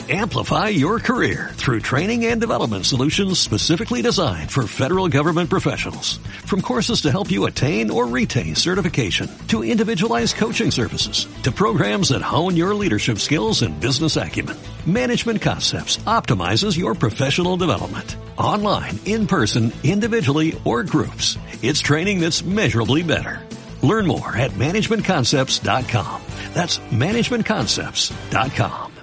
Amplify your career through training and development solutions specifically designed for federal government professionals. From courses to help you attain or retain certification, to individualized coaching services, to programs that hone your leadership skills and business acumen, Management Concepts optimizes your professional development. Online, in person, individually, or groups, it's training that's measurably better. Learn more at managementconcepts.com. That's managementconcepts.com.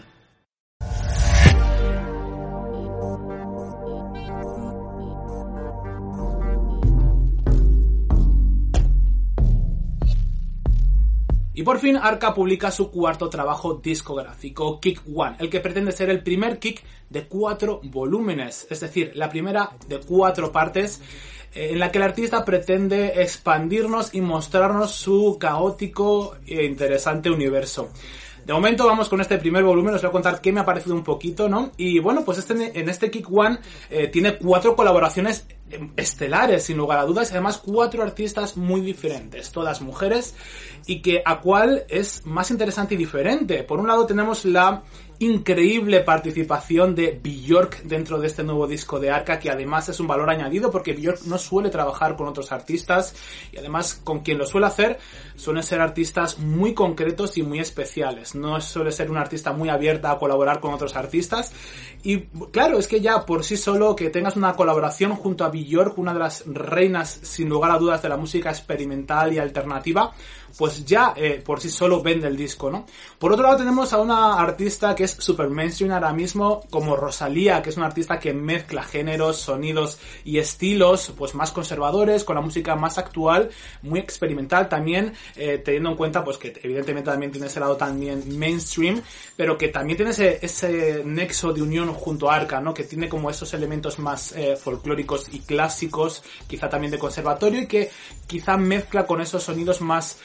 Y por fin Arca publica su cuarto trabajo discográfico, Kick One, el que pretende ser el primer kick de 4 volúmenes, es decir, la primera de 4 partes, en la que el artista pretende expandirnos y mostrarnos su caótico e interesante universo. De momento vamos con este primer volumen, os voy a contar qué me ha parecido un poquito, ¿no? Y bueno, pues en este Kick One tiene 4 colaboraciones estelares, sin lugar a dudas, y además 4 artistas muy diferentes, todas mujeres, y que a cuál es más interesante y diferente. Por un lado tenemos la increíble participación de Björk dentro de este nuevo disco de Arca, que además es un valor añadido porque Björk no suele trabajar con otros artistas y además con quien lo suele hacer suelen ser artistas muy concretos y muy especiales. No suele ser una artista muy abierta a colaborar con otros artistas y claro, es que ya por sí solo que tengas una colaboración junto a Björk, una de las reinas sin lugar a dudas de la música experimental y alternativa, pues ya por sí solo vende el disco, ¿no? Por otro lado tenemos a una artista que es super mainstream ahora mismo, como Rosalía, que es una artista que mezcla géneros, sonidos y estilos pues más conservadores con la música más actual, muy experimental también, teniendo en cuenta pues que evidentemente también tiene ese lado también mainstream, pero que también tiene ese nexo de unión junto a Arca, ¿no? Que tiene como esos elementos más folclóricos y clásicos, quizá también de conservatorio, y que quizá mezcla con esos sonidos más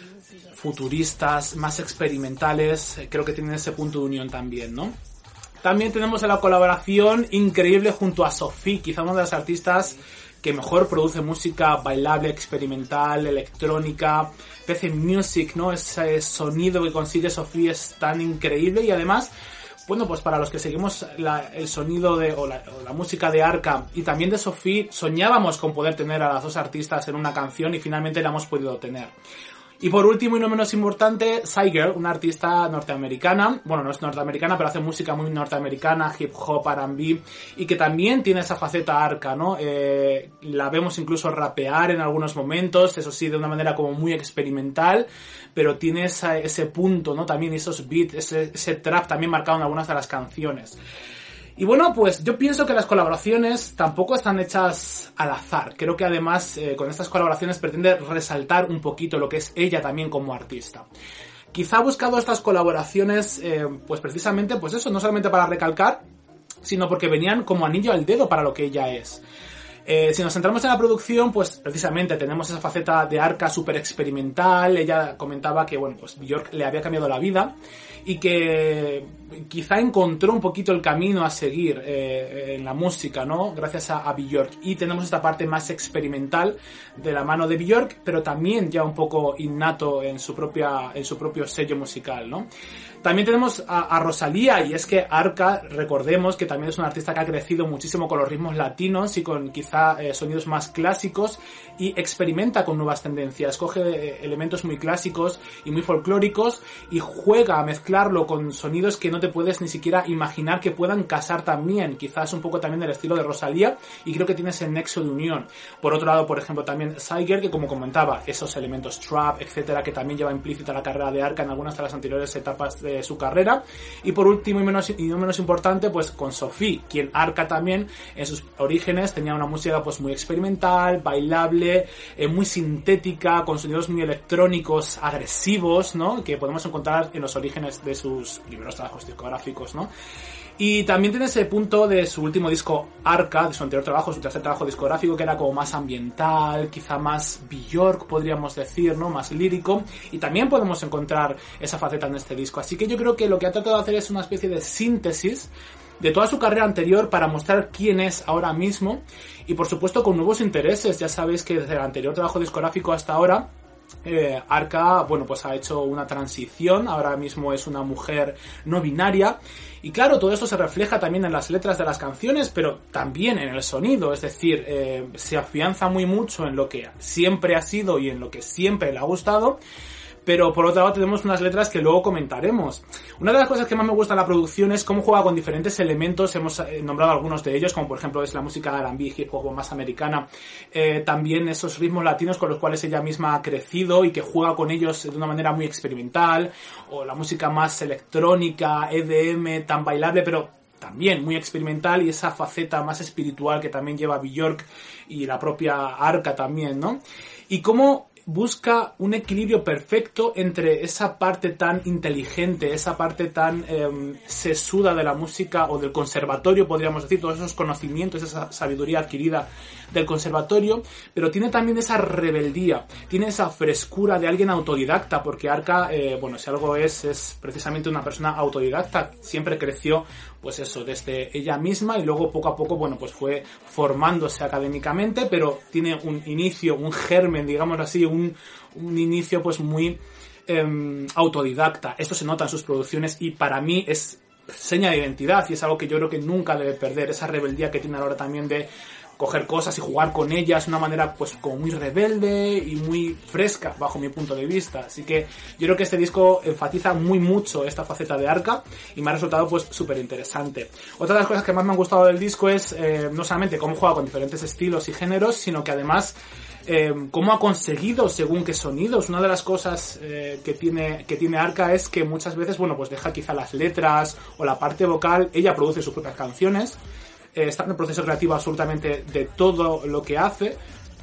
futuristas, más experimentales. Creo que tienen ese punto de unión también, ¿no? También tenemos la colaboración increíble junto a Sophie, quizá una de las artistas que mejor produce música bailable, experimental, electrónica, PC Music, ¿no? Ese sonido que consigue Sophie es tan increíble y además, bueno, pues para los que seguimos el sonido o la música de Arca y también de Sophie, soñábamos con poder tener a las dos artistas en una canción y finalmente la hemos podido tener. Y por último y no menos importante, Cygirl, una artista norteamericana, bueno, no es norteamericana, pero hace música muy norteamericana, hip hop, R&B, y que también tiene esa faceta Arca, ¿no? La vemos incluso rapear en algunos momentos, eso sí, de una manera como muy experimental, pero tiene ese punto, ¿no? También esos beats, ese trap también marcado en algunas de las canciones. Y bueno, pues yo pienso que las colaboraciones tampoco están hechas al azar. Creo que además con estas colaboraciones pretende resaltar un poquito lo que es ella también como artista. Quizá ha buscado estas colaboraciones pues precisamente pues eso, no solamente para recalcar, sino porque venían como anillo al dedo para lo que ella es. Si nos centramos en la producción, pues precisamente tenemos esa faceta de Arca súper experimental. Ella comentaba que, bueno, pues Björk le había cambiado la vida y que quizá encontró un poquito el camino a seguir en la música, ¿no? Gracias a Björk. Y tenemos esta parte más experimental de la mano de Björk, pero también ya un poco innato en su propio sello musical, ¿no? También tenemos a Rosalía, y es que Arca, recordemos que también es una artista que ha crecido muchísimo con los ritmos latinos y con quizá sonidos más clásicos y experimenta con nuevas tendencias, coge elementos muy clásicos y muy folclóricos y juega a mezclarlo con sonidos que no te puedes ni siquiera imaginar que puedan casar también, quizás un poco también del estilo de Rosalía, y creo que tiene ese nexo de unión. Por otro lado, por ejemplo, también Cygirl, que como comentaba, esos elementos trap, etcétera, que también lleva implícita la carrera de Arca en algunas de las anteriores etapas de su carrera. Y por último y no menos importante, pues con Sophie, quien Arca también en sus orígenes tenía una música pues muy experimental, bailable, muy sintética, con sonidos muy electrónicos, agresivos, ¿no? Que podemos encontrar en los orígenes de sus primeros trabajos discográficos, ¿no? Y también tiene ese punto de su último disco Arca, de su anterior trabajo, su tercer trabajo discográfico, que era como más ambiental, quizá más Björk, podríamos decir, ¿no? Más lírico. Y también podemos encontrar esa faceta en este disco. Así que yo creo que lo que ha tratado de hacer es una especie de síntesis de toda su carrera anterior para mostrar quién es ahora mismo. Y por supuesto con nuevos intereses. Ya sabéis que desde el anterior trabajo discográfico hasta ahora Arca, bueno, pues ha hecho una transición, ahora mismo es una mujer no binaria, y claro, todo esto se refleja también en las letras de las canciones, pero también en el sonido, es decir, se afianza muy mucho en lo que siempre ha sido y en lo que siempre le ha gustado. Pero por otro lado tenemos unas letras que luego comentaremos. Una de las cosas que más me gusta de la producción es cómo juega con diferentes elementos. Hemos nombrado algunos de ellos, como por ejemplo es la música R&B, hip hop más americana. También esos ritmos latinos con los cuales ella misma ha crecido y que juega con ellos de una manera muy experimental. O la música más electrónica, EDM, tan bailable, pero también muy experimental, y esa faceta más espiritual que también lleva Björk y la propia Arca también, ¿no? Y cómo busca un equilibrio perfecto entre esa parte tan inteligente, esa parte tan sesuda de la música o del conservatorio, podríamos decir, todos esos conocimientos, esa sabiduría adquirida del conservatorio, pero tiene también esa rebeldía, tiene esa frescura de alguien autodidacta, porque Arca, bueno, si algo es precisamente una persona autodidacta, siempre creció, pues eso, desde ella misma y luego poco a poco, bueno, pues fue formándose académicamente, pero tiene un inicio, un germen, digamos así, un inicio pues muy autodidacta. Esto se nota en sus producciones y para mí es seña de identidad y es algo que yo creo que nunca debe perder, esa rebeldía que tiene a la hora también de coger cosas y jugar con ellas de una manera pues como muy rebelde y muy fresca bajo mi punto de vista. Así que yo creo que este disco enfatiza muy mucho esta faceta de Arca y me ha resultado pues súper interesante. Otra de las cosas que más me han gustado del disco es no solamente cómo juega con diferentes estilos y géneros, sino que además cómo ha conseguido según qué sonidos. Una de las cosas que tiene Arca es que muchas veces, bueno, pues deja quizá las letras o la parte vocal, ella produce sus propias canciones, está en el proceso creativo absolutamente de todo lo que hace,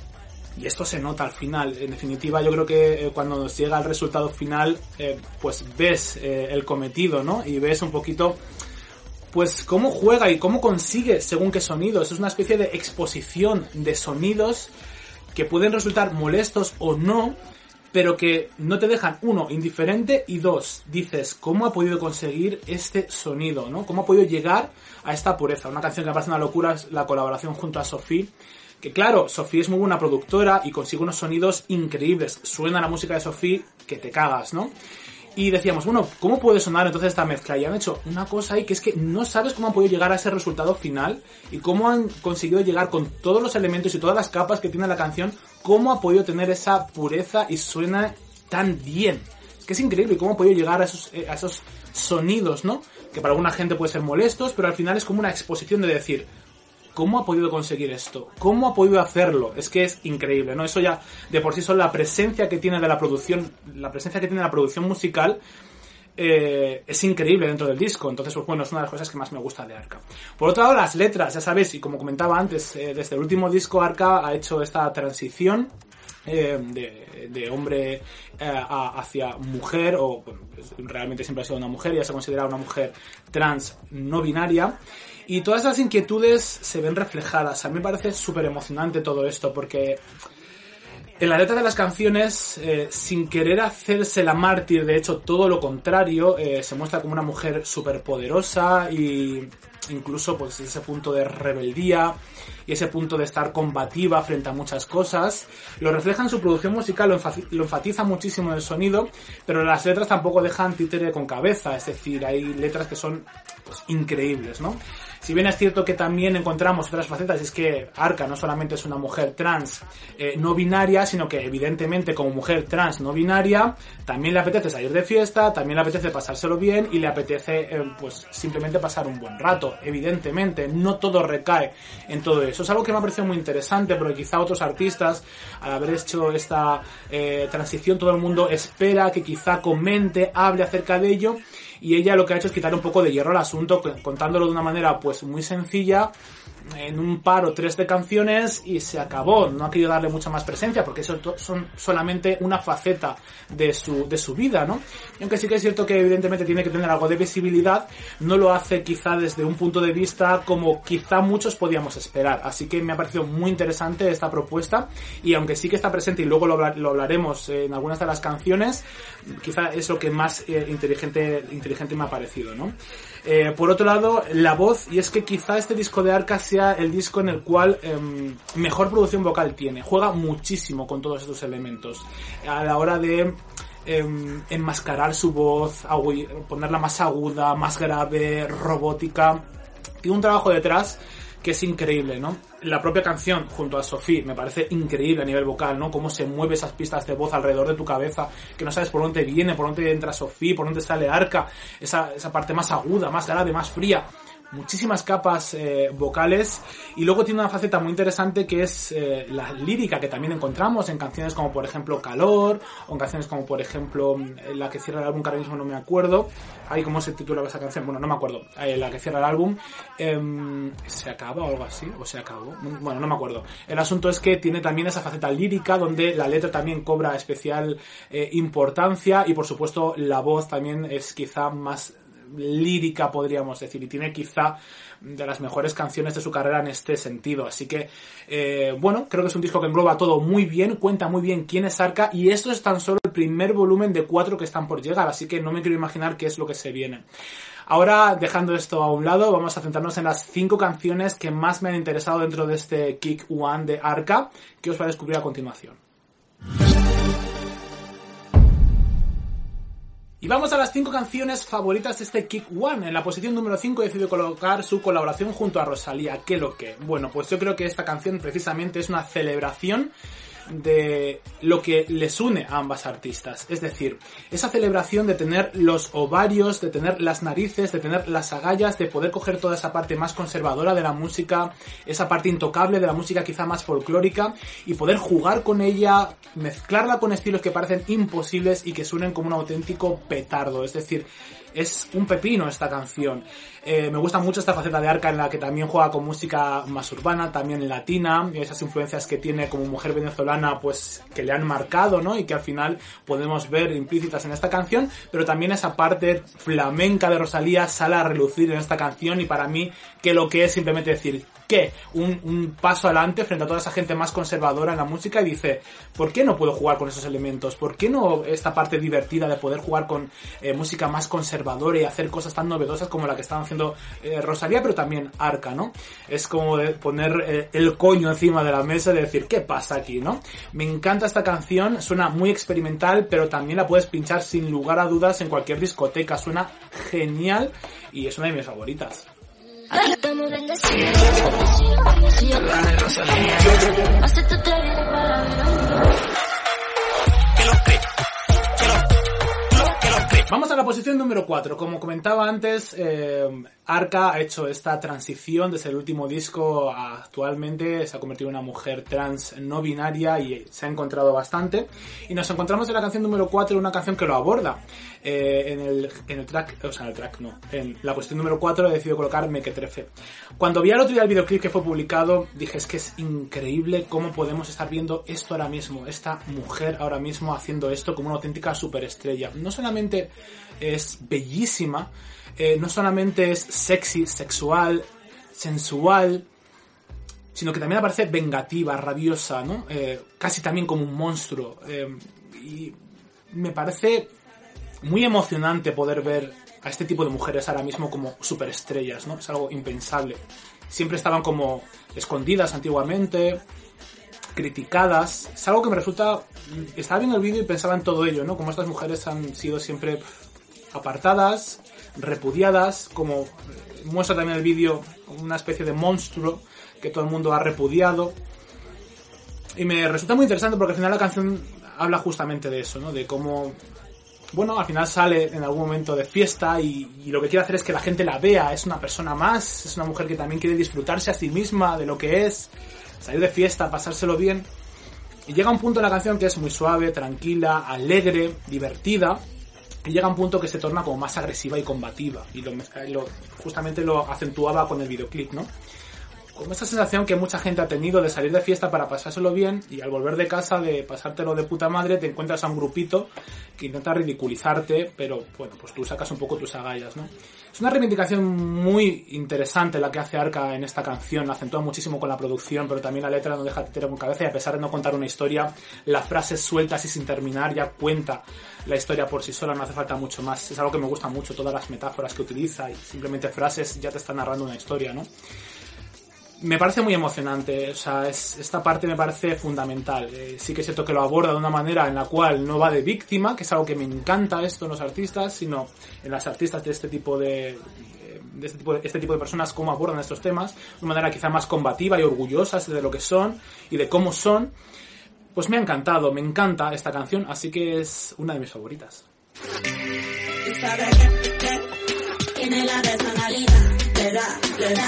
y esto se nota al final. En definitiva, yo creo que cuando nos llega el resultado final, pues ves el cometido, ¿no? Y ves un poquito pues cómo juega y cómo consigue según qué sonidos. Es una especie de exposición de sonidos que pueden resultar molestos o no, pero que no te dejan, uno, indiferente, y dos, dices, ¿cómo ha podido conseguir este sonido, ¿no? ¿Cómo ha podido llegar a esta pureza? Una canción que me parece una locura es la colaboración junto a Sophie, que claro, Sophie es muy buena productora y consigue unos sonidos increíbles. Suena la música de Sophie que te cagas, ¿no? Y decíamos, bueno, ¿cómo puede sonar entonces esta mezcla? Y han hecho una cosa ahí que es que no sabes cómo han podido llegar a ese resultado final y cómo han conseguido llegar con todos los elementos y todas las capas que tiene la canción, cómo ha podido tener esa pureza y suena tan bien. Es que es increíble cómo ha podido llegar a esos sonidos, ¿no? Que para alguna gente puede ser molestos, pero al final es como una exposición de decir, ¿cómo ha podido conseguir esto? ¿Cómo ha podido hacerlo? Es que es increíble, ¿no? Eso ya de por sí son la presencia que tiene de la producción, la presencia que tiene la producción musical es increíble dentro del disco. Entonces, pues bueno, es una de las cosas que más me gusta de Arca. Por otro lado, las letras, ya sabéis, y como comentaba antes, desde el último disco Arca ha hecho esta transición de hombre hacia mujer, o bueno, realmente siempre ha sido una mujer, ya se considera una mujer trans no binaria. Y todas esas inquietudes se ven reflejadas. A mí me parece súper emocionante todo esto, porque en la letra de las canciones, sin querer hacerse la mártir, de hecho todo lo contrario, se muestra como una mujer súper poderosa y incluso pues ese punto de rebeldía y ese punto de estar combativa frente a muchas cosas. Lo refleja en su producción musical, lo enfatiza muchísimo en el sonido, pero las letras tampoco dejan títere con cabeza, es decir, hay letras que son pues increíbles, ¿no? Si bien es cierto que también encontramos otras facetas, es que Arca no solamente es una mujer trans no binaria, sino que evidentemente como mujer trans no binaria también le apetece salir de fiesta, también le apetece pasárselo bien y le apetece pues simplemente pasar un buen rato. Evidentemente, no todo recae en todo eso. Es algo que me ha parecido muy interesante, porque quizá otros artistas, al haber hecho esta transición, todo el mundo espera que quizá comente, hable acerca de ello, y ella lo que ha hecho es quitar un poco de hierro al asunto, contándolo de una manera pues muy sencilla, en un par o tres de canciones, y se acabó. No ha querido darle mucha más presencia, porque eso son solamente una faceta de su vida, ¿no? Y aunque sí que es cierto que evidentemente tiene que tener algo de visibilidad, no lo hace quizá desde un punto de vista como quizá muchos podíamos esperar. Así que me ha parecido muy interesante esta propuesta, y aunque sí que está presente, y luego lo hablaremos en algunas de las canciones, quizá es lo que más inteligente inteligente me ha parecido, ¿no? Por otro lado, la voz, y es que quizá este disco de Arca sea el disco en el cual mejor producción vocal tiene. Juega muchísimo con todos estos elementos. A la hora de enmascarar su voz, ponerla más aguda, más grave, robótica. Tiene un trabajo detrás que es increíble, ¿no? La propia canción, junto a Sophie, me parece increíble a nivel vocal, ¿no? Cómo se mueve esas pistas de voz alrededor de tu cabeza, que no sabes por dónde viene, por dónde entra Sophie, por dónde sale Arca, esa parte más aguda, más grave, más fría. Muchísimas capas vocales, y luego tiene una faceta muy interesante que es la lírica, que también encontramos en canciones como por ejemplo Calor, o en canciones como por ejemplo la que cierra el álbum, que ahora mismo no me acuerdo. ¿Cómo se titula esa canción? Bueno, no me acuerdo. La que cierra el álbum, ¿se acaba o algo así? ¿O se acabó? Bueno, no me acuerdo. El asunto es que tiene también esa faceta lírica donde la letra también cobra especial importancia, y por supuesto la voz también es quizá más lírica, podríamos decir, y tiene quizá de las mejores canciones de su carrera en este sentido. Así que, bueno, creo que es un disco que engloba todo muy bien, cuenta muy bien quién es Arca, y esto es tan solo el primer volumen de 4 que están por llegar, así que no me quiero imaginar qué es lo que se viene. Ahora, dejando esto a un lado, vamos a centrarnos en las 5 canciones que más me han interesado dentro de este Kick One de Arca, que os va a descubrir a continuación. Y vamos a las 5 canciones favoritas de este Kick One. En la posición número 5 he decidido colocar su colaboración junto a Rosalía. ¿Qué lo que? Bueno, pues yo creo que esta canción precisamente es una celebración de lo que les une a ambas artistas. Es decir, esa celebración de tener los ovarios, de tener las narices, de tener las agallas, de poder coger toda esa parte más conservadora de la música, esa parte intocable de la música quizá más folclórica, y poder jugar con ella, mezclarla con estilos que parecen imposibles y que suenen como un auténtico petardo. Es decir, es un pepino esta canción. Me gusta mucho esta faceta de Arca en la que también juega con música más urbana, también latina, y esas influencias que tiene como mujer venezolana, pues que le han marcado, ¿no? Y que al final podemos ver implícitas en esta canción, pero también esa parte flamenca de Rosalía sale a relucir en esta canción, y para mí que lo que es simplemente decir que un paso adelante frente a toda esa gente más conservadora en la música, y dice, ¿por qué no puedo jugar con esos elementos? ¿Por qué no esta parte divertida de poder jugar con música más conservadora y hacer cosas tan novedosas como la que están haciendo Rosalía, pero también Arca, ¿no? Es como de poner el coño encima de la mesa y de decir, ¿qué pasa aquí, no? Me encanta esta canción, suena muy experimental, pero también la puedes pinchar sin lugar a dudas en cualquier discoteca, suena genial y es una de mis favoritas. Aquí estamos bendecidos. Dale, Rosalía. Acéptate para ver. Vamos a la posición número 4. Como comentaba antes, Arca ha hecho esta transición desde el último disco a actualmente. Se ha convertido en una mujer trans no binaria y se ha encontrado bastante. Y nos encontramos en la canción número 4, una canción que lo aborda. En la posición número 4 he decidido colocar Mequetrefe. Cuando vi el otro día el videoclip que fue publicado, dije, es que es increíble cómo podemos estar viendo esto ahora mismo. Esta mujer ahora mismo haciendo esto como una auténtica superestrella. No solamente es bellísima, no solamente es sexy, sexual, sensual, sino que también aparece vengativa, rabiosa, ¿no? Casi también como un monstruo. Y me parece muy emocionante poder ver a este tipo de mujeres ahora mismo como superestrellas, ¿no? Es algo impensable. Siempre estaban como escondidas antiguamente, criticadas. Es algo que me resulta... Estaba viendo el vídeo y pensaba en todo ello, ¿no? Como estas mujeres han sido siempre apartadas, repudiadas, como muestra también el vídeo, una especie de monstruo que todo el mundo ha repudiado. Y me resulta muy interesante porque al final la canción habla justamente de eso, ¿no? De cómo, bueno, al final sale en algún momento de fiesta y lo que quiere hacer es que la gente la vea. Es una persona más, es una mujer que también quiere disfrutarse a sí misma de lo que es, salir de fiesta, pasárselo bien. Y llega un punto en la canción que es muy suave, tranquila, alegre, divertida. Y llega un punto que se torna como más agresiva y combativa. Y justamente lo acentuaba con el videoclip, ¿no? como esa sensación que mucha gente ha tenido de salir de fiesta para pasárselo bien y al volver de casa de pasártelo de puta madre te encuentras a un grupito que intenta ridiculizarte, pero bueno, pues tú sacas un poco tus agallas, ¿no? Es una reivindicación muy interesante la que hace Arca en esta canción, acentúa muchísimo con la producción, pero también la letra no deja titero con cabeza y a pesar de no contar una historia, las frases sueltas y sin terminar ya cuenta la historia por sí sola, no hace falta mucho más. Es algo que me gusta mucho, todas las metáforas que utiliza y simplemente frases ya te están narrando una historia, ¿no? Me parece muy emocionante, o sea, esta parte me parece fundamental. Sí que es cierto que lo aborda de una manera en la cual no va de víctima, que es algo que me encanta esto en los artistas, sino en las artistas de este tipo de personas, cómo abordan estos temas, de una manera quizá más combativa y orgullosa de lo que son y de cómo son. Pues me ha encantado, me encanta esta canción, así que es una de mis favoritas. Tiene la personalidad, le da,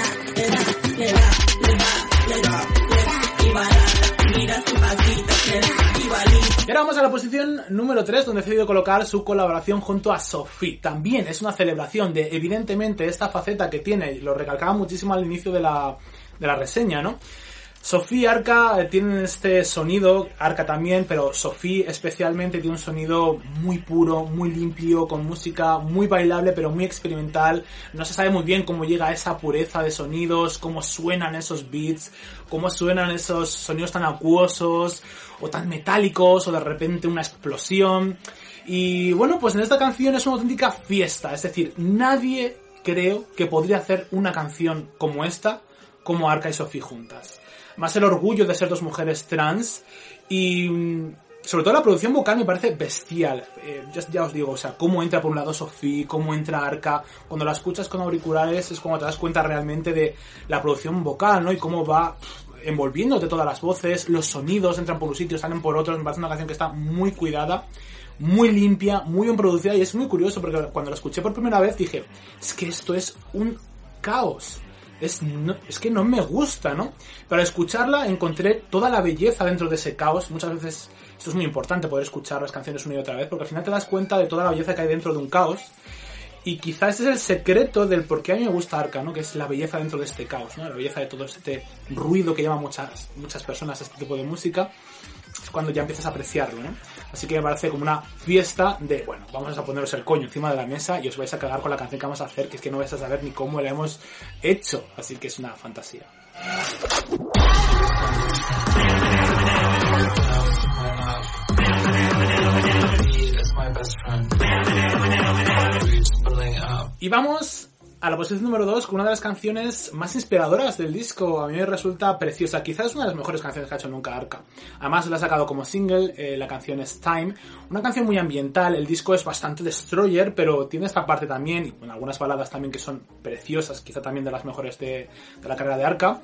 y baila, mira su pasito, le da, igualito. Y ahora vamos a la posición número 3, donde he decidido colocar su colaboración junto a Sophie. También es una celebración de, evidentemente, esta faceta que tiene, y lo recalcaba muchísimo al inicio de la reseña, ¿no? Sophie y Arca tienen este sonido, Arca también, pero Sophie especialmente tiene un sonido muy puro, muy limpio, con música muy bailable pero muy experimental. No se sabe muy bien cómo llega a esa pureza de sonidos, cómo suenan esos beats, cómo suenan esos sonidos tan acuosos o tan metálicos o de repente una explosión. Y bueno, pues en esta canción es una auténtica fiesta, es decir, nadie creo que podría hacer una canción como esta, como Arca y Sophie juntas. Más el orgullo de ser dos mujeres trans y sobre todo la producción vocal me parece bestial. Ya os digo, o sea, cómo entra por un lado Sophie, cómo entra Arca. Cuando la escuchas con auriculares es cuando te das cuenta realmente de la producción vocal, ¿no? Y cómo va envolviéndote todas las voces, los sonidos entran por un sitio, salen por otros. Me parece una canción que está muy cuidada, muy limpia, muy bien producida y es muy curioso porque cuando la escuché por primera vez dije, es que esto es un caos. Es que no me gusta, ¿no? Pero al escucharla encontré toda la belleza dentro de ese caos. Muchas veces esto es muy importante, poder escuchar las canciones una y otra vez, porque al final te das cuenta de toda la belleza que hay dentro de un caos. Y quizás ese es el secreto del por qué a mí me gusta Arca, ¿no? Que es la belleza dentro de este caos, ¿no? La belleza de todo este ruido que llama muchas personas a este tipo de música. Es cuando ya empiezas a apreciarlo, ¿no? Así que me parece como una fiesta de, bueno, vamos a poneros el coño encima de la mesa y os vais a cagar con la canción que vamos a hacer, que es que no vais a saber ni cómo la hemos hecho. Así que es una fantasía. Y vamos a la posición número 2 con una de las canciones más inspiradoras del disco. A mí me resulta preciosa, quizás es una de las mejores canciones que ha hecho nunca Arca. Además la ha sacado como single, la canción es Time, una canción muy ambiental. El disco es bastante destroyer, pero tiene esta parte también, y bueno, algunas baladas también que son preciosas, quizá también de las mejores de la carrera de Arca.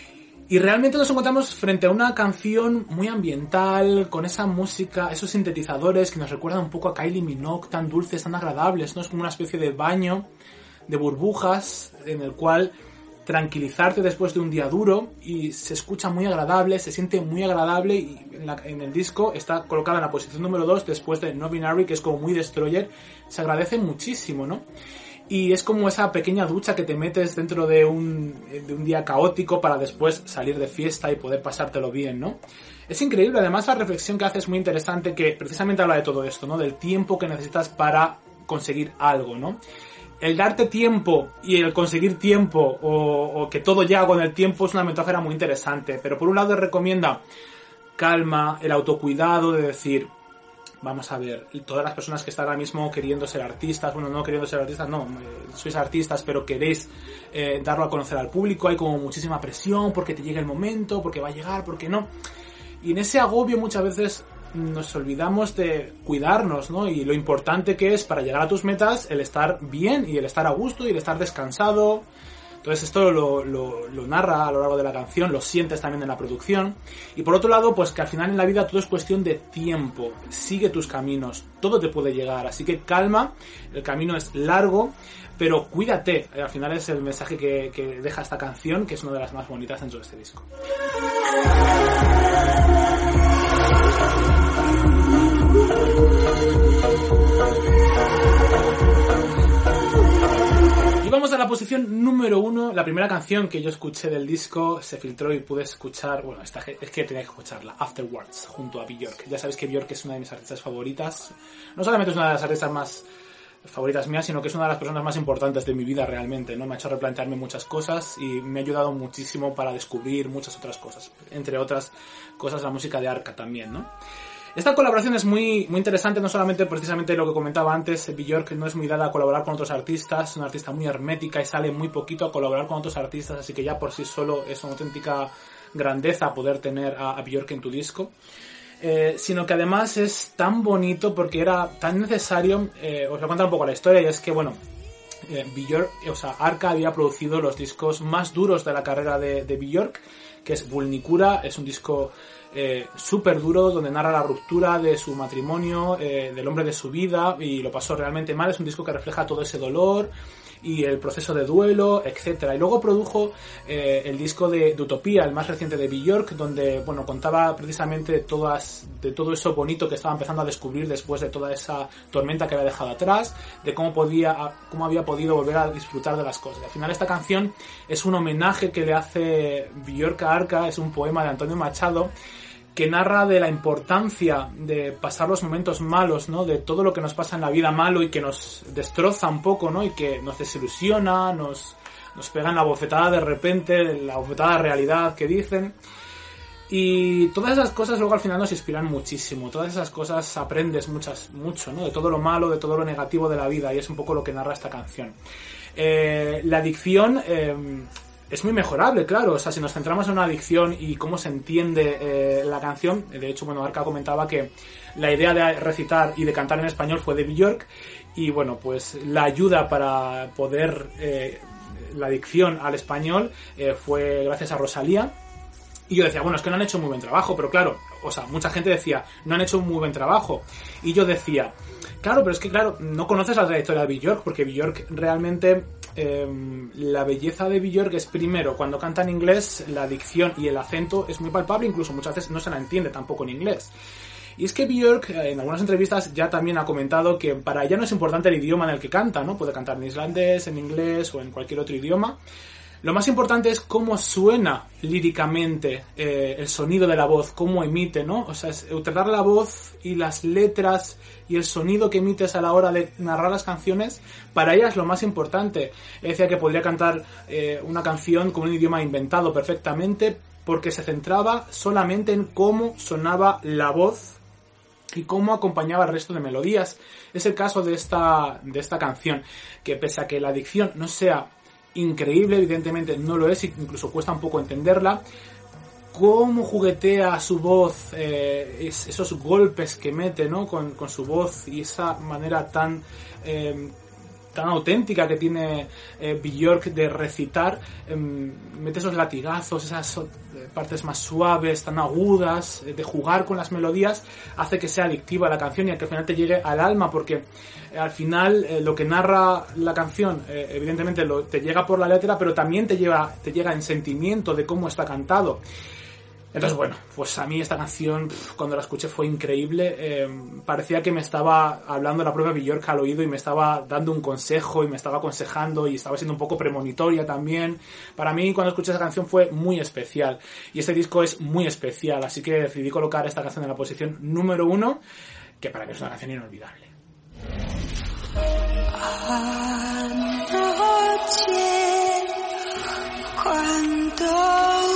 Y realmente nos encontramos frente a una canción muy ambiental, con esa música, esos sintetizadores que nos recuerdan un poco a Kylie Minogue, tan dulces, tan agradables, ¿no? Es como una especie de baño de burbujas en el cual tranquilizarte después de un día duro y se escucha muy agradable, se siente muy agradable y en el disco está colocada en la posición número 2 después de No Binary, que es como muy destroyer, se agradece muchísimo, ¿no? Y es como esa pequeña ducha que te metes dentro de un día caótico para después salir de fiesta y poder pasártelo bien, ¿no? Es increíble, además la reflexión que hace es muy interesante, que precisamente habla de todo esto, ¿no? Del tiempo que necesitas para conseguir algo, ¿no? El darte tiempo y el conseguir tiempo o que todo llega con el tiempo es una metáfora muy interesante, pero por un lado recomienda calma, el autocuidado de decir, vamos a ver, todas las personas que están ahora mismo queriendo ser artistas, bueno, no queriendo ser artistas, no, sois artistas, pero queréis darlo a conocer al público, hay como muchísima presión porque te llegue el momento, porque va a llegar, porque no. Y en ese agobio muchas veces nos olvidamos de cuidarnos, ¿no? Y lo importante que es para llegar a tus metas el estar bien y el estar a gusto y el estar descansado. Entonces esto lo narra a lo largo de la canción, lo sientes también en la producción. Y por otro lado, pues que al final en la vida todo es cuestión de tiempo. Sigue tus caminos, todo te puede llegar. Así que calma, el camino es largo, pero cuídate. Al final es el mensaje que deja esta canción, que es una de las más bonitas dentro de este disco. Y vamos a a la posición número 1. La primera canción que yo escuché del disco se filtró y pude escuchar, bueno, es que tenía que escucharla, Afterwards, junto a Björk. Ya sabéis que Björk es una de mis artistas favoritas. No solamente es una de las artistas más favoritas mías, sino que es una de las personas más importantes de mi vida realmente, ¿no? Me ha hecho replantearme muchas cosas y me ha ayudado muchísimo para descubrir muchas otras cosas. Entre otras cosas, la música de Arca también, ¿no? Esta colaboración es muy interesante, no solamente precisamente lo que comentaba antes, Björk no es muy dada a colaborar con otros artistas, es una artista muy hermética y sale muy poquito a colaborar con otros artistas, así que ya por sí solo es una auténtica grandeza poder tener a Björk en tu disco. Sino que además es tan bonito porque era tan necesario. Os voy a contar un poco la historia, y es que, bueno, Björk, Arca había producido los discos más duros de la carrera de Björk, que es Vulnicura. Es un disco súper duro, donde narra la ruptura de su matrimonio, del hombre de su vida, y lo pasó realmente mal. Es un disco que refleja todo ese dolor y el proceso de duelo, etcétera. Y luego produjo el disco de Utopía, el más reciente de Björk, donde, bueno, contaba precisamente de todo eso bonito que estaba empezando a descubrir después de toda esa tormenta que había dejado atrás, de cómo había podido volver a disfrutar de las cosas. Al final esta canción es un homenaje que le hace Björk a Arca, es un poema de Antonio Machado, que narra de la importancia de pasar los momentos malos, ¿no? De todo lo que nos pasa en la vida malo y que nos destroza un poco, ¿no? Y que nos desilusiona, nos pega en la bofetada de repente, la bofetada de realidad que dicen. Y todas esas cosas luego al final nos inspiran muchísimo. Todas esas cosas aprendes mucho, ¿no? De todo lo malo, de todo lo negativo de la vida, y es un poco lo que narra esta canción. La adicción es muy mejorable, claro. O sea, si nos centramos en una adicción y cómo se entiende la canción, de hecho, bueno, Arca comentaba que la idea de recitar y de cantar en español fue de Björk, y bueno, pues la ayuda para poder la adicción al español fue gracias a Rosalía. Y yo decía, bueno, es que no han hecho muy buen trabajo, pero claro, o sea, mucha gente decía, no han hecho un muy buen trabajo. Y yo decía, claro, pero es que, claro, no conoces la trayectoria de Björk, porque Björk realmente, la belleza de Björk es, primero, cuando canta en inglés, la dicción y el acento es muy palpable, incluso muchas veces no se la entiende tampoco en inglés. Y es que Björk, en algunas entrevistas, ya también ha comentado que para ella no es importante el idioma en el que canta, ¿no? Puede cantar en islandés, en inglés o en cualquier otro idioma. Lo más importante es cómo suena líricamente el sonido de la voz, cómo emite, ¿no? O sea, es tratar la voz y las letras y el sonido que emites a la hora de narrar las canciones, para ella es lo más importante. Decía que podría cantar una canción con un idioma inventado perfectamente, porque se centraba solamente en cómo sonaba la voz y cómo acompañaba el resto de melodías. Es el caso de esta canción, que pese a que la dicción no sea increíble, evidentemente no lo es, incluso cuesta un poco entenderla, cómo juguetea su voz, esos golpes que mete, ¿no? con su voz, y esa manera tan auténtica que tiene Björk de recitar, mete esos latigazos, esas partes más suaves, tan agudas, de jugar con las melodías, hace que sea adictiva la canción y que al final te llegue al alma, porque al final lo que narra la canción evidentemente te llega por la letra, pero también te llega en sentimiento de cómo está cantado. Entonces, bueno, pues a mí esta canción, cuando la escuché, fue increíble. Parecía que me estaba hablando la propia Björk al oído y me estaba dando un consejo y me estaba aconsejando y estaba siendo un poco premonitoria también. Para mí, cuando escuché esa canción, fue muy especial. Y este disco es muy especial, así que decidí colocar esta canción en la posición número 1, que para mí es una canción inolvidable. Anoche, cuando...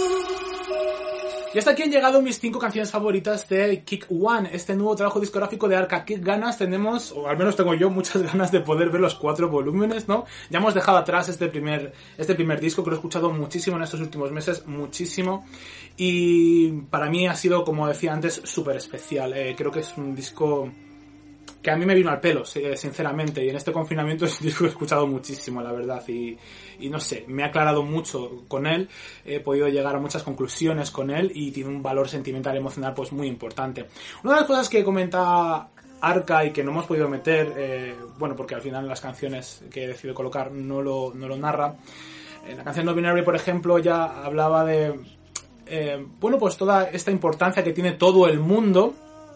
Y hasta aquí han llegado mis 5 canciones favoritas de Kick One, este nuevo trabajo discográfico de Arca. ¿Qué ganas tenemos, o al menos tengo yo, muchas ganas de poder ver los 4 volúmenes, ¿no? Ya hemos dejado atrás este primer disco, que lo he escuchado muchísimo en estos últimos meses, muchísimo. Y para mí ha sido, como decía antes, súper especial. Creo que es un disco que a mí me vino al pelo, sinceramente, y en este confinamiento es un disco que he escuchado muchísimo, la verdad, y no sé, me ha aclarado mucho con él, he podido llegar a muchas conclusiones con él, y tiene un valor sentimental y emocional pues muy importante. Una de las cosas que comenta Arca y que no hemos podido meter, bueno, porque al final las canciones que he decidido colocar no lo narra, en la canción No Binary, por ejemplo, ya hablaba de, bueno, pues toda esta importancia que tiene todo el mundo,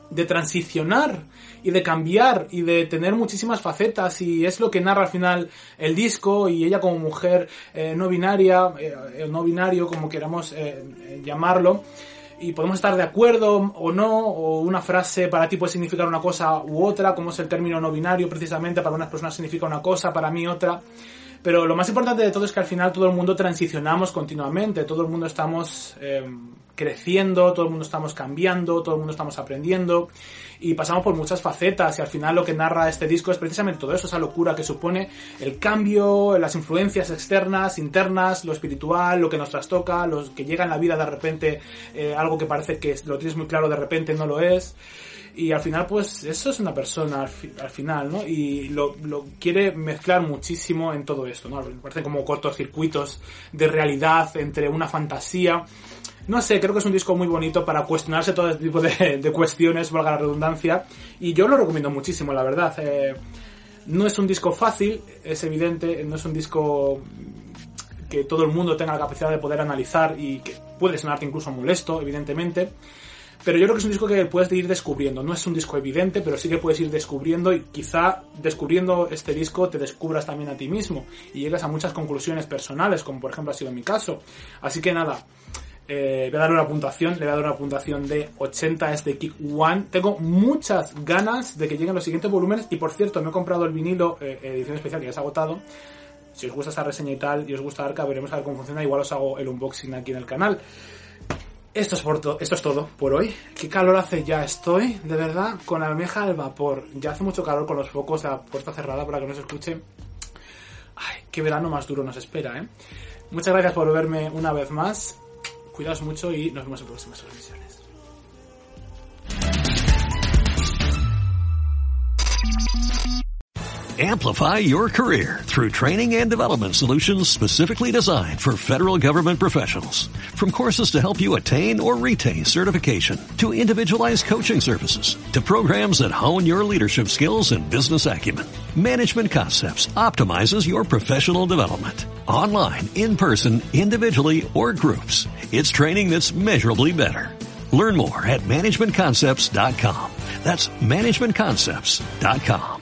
de transicionar y de cambiar y de tener muchísimas facetas, y es lo que narra al final el disco, y ella como mujer no binaria, no binario, como queramos llamarlo, y podemos estar de acuerdo o no, o una frase para ti puede significar una cosa u otra, como es el término no binario, precisamente para unas personas significa una cosa, para mí otra. Pero lo más importante de todo es que al final todo el mundo transicionamos continuamente, todo el mundo estamos creciendo, todo el mundo estamos cambiando, todo el mundo estamos aprendiendo y pasamos por muchas facetas, y al final lo que narra este disco es precisamente todo eso, esa locura que supone el cambio, las influencias externas, internas, lo espiritual, lo que nos trastoca, los que llega en la vida de repente, algo que parece que lo tienes muy claro, de repente no lo es. Y al final, pues, eso es una persona al final, ¿no? Y lo quiere mezclar muchísimo en todo esto, ¿no? Me parecen como cortocircuitos de realidad entre una fantasía. No sé, creo que es un disco muy bonito para cuestionarse todo este tipo de cuestiones, valga la redundancia. Y yo lo recomiendo muchísimo, la verdad. No es un disco fácil, es evidente, no es un disco que todo el mundo tenga la capacidad de poder analizar y que puede sonarte incluso molesto, evidentemente. Pero yo creo que es un disco que puedes ir descubriendo. No es un disco evidente, pero sí que puedes ir descubriendo, y quizá descubriendo este disco te descubras también a ti mismo y llegas a muchas conclusiones personales, como por ejemplo ha sido mi caso. Así que nada, voy a dar una puntuación, le voy a dar una puntuación de 80 a este Kick One. Tengo muchas ganas de que lleguen los siguientes volúmenes, y por cierto, me he comprado el vinilo edición especial, que ya se ha agotado. Si os gusta esta reseña y tal, y os gusta Arca, veremos a ver cómo funciona. Igual os hago el unboxing aquí en el canal. Esto es todo por hoy. Qué calor hace ya, estoy, de verdad, con almeja al vapor. Ya hace mucho calor con los focos, la puerta cerrada para que no se escuche. Ay, qué verano más duro nos espera, ¿eh? Muchas gracias por verme una vez más. Cuidaos mucho y nos vemos en próximas transmisiones. Amplify your career through training and development solutions specifically designed for federal government professionals. From courses to help you attain or retain certification, to individualized coaching services, to programs that hone your leadership skills and business acumen, Management Concepts optimizes your professional development. Online, in person, individually, or groups, it's training that's measurably better. Learn more at managementconcepts.com. That's managementconcepts.com.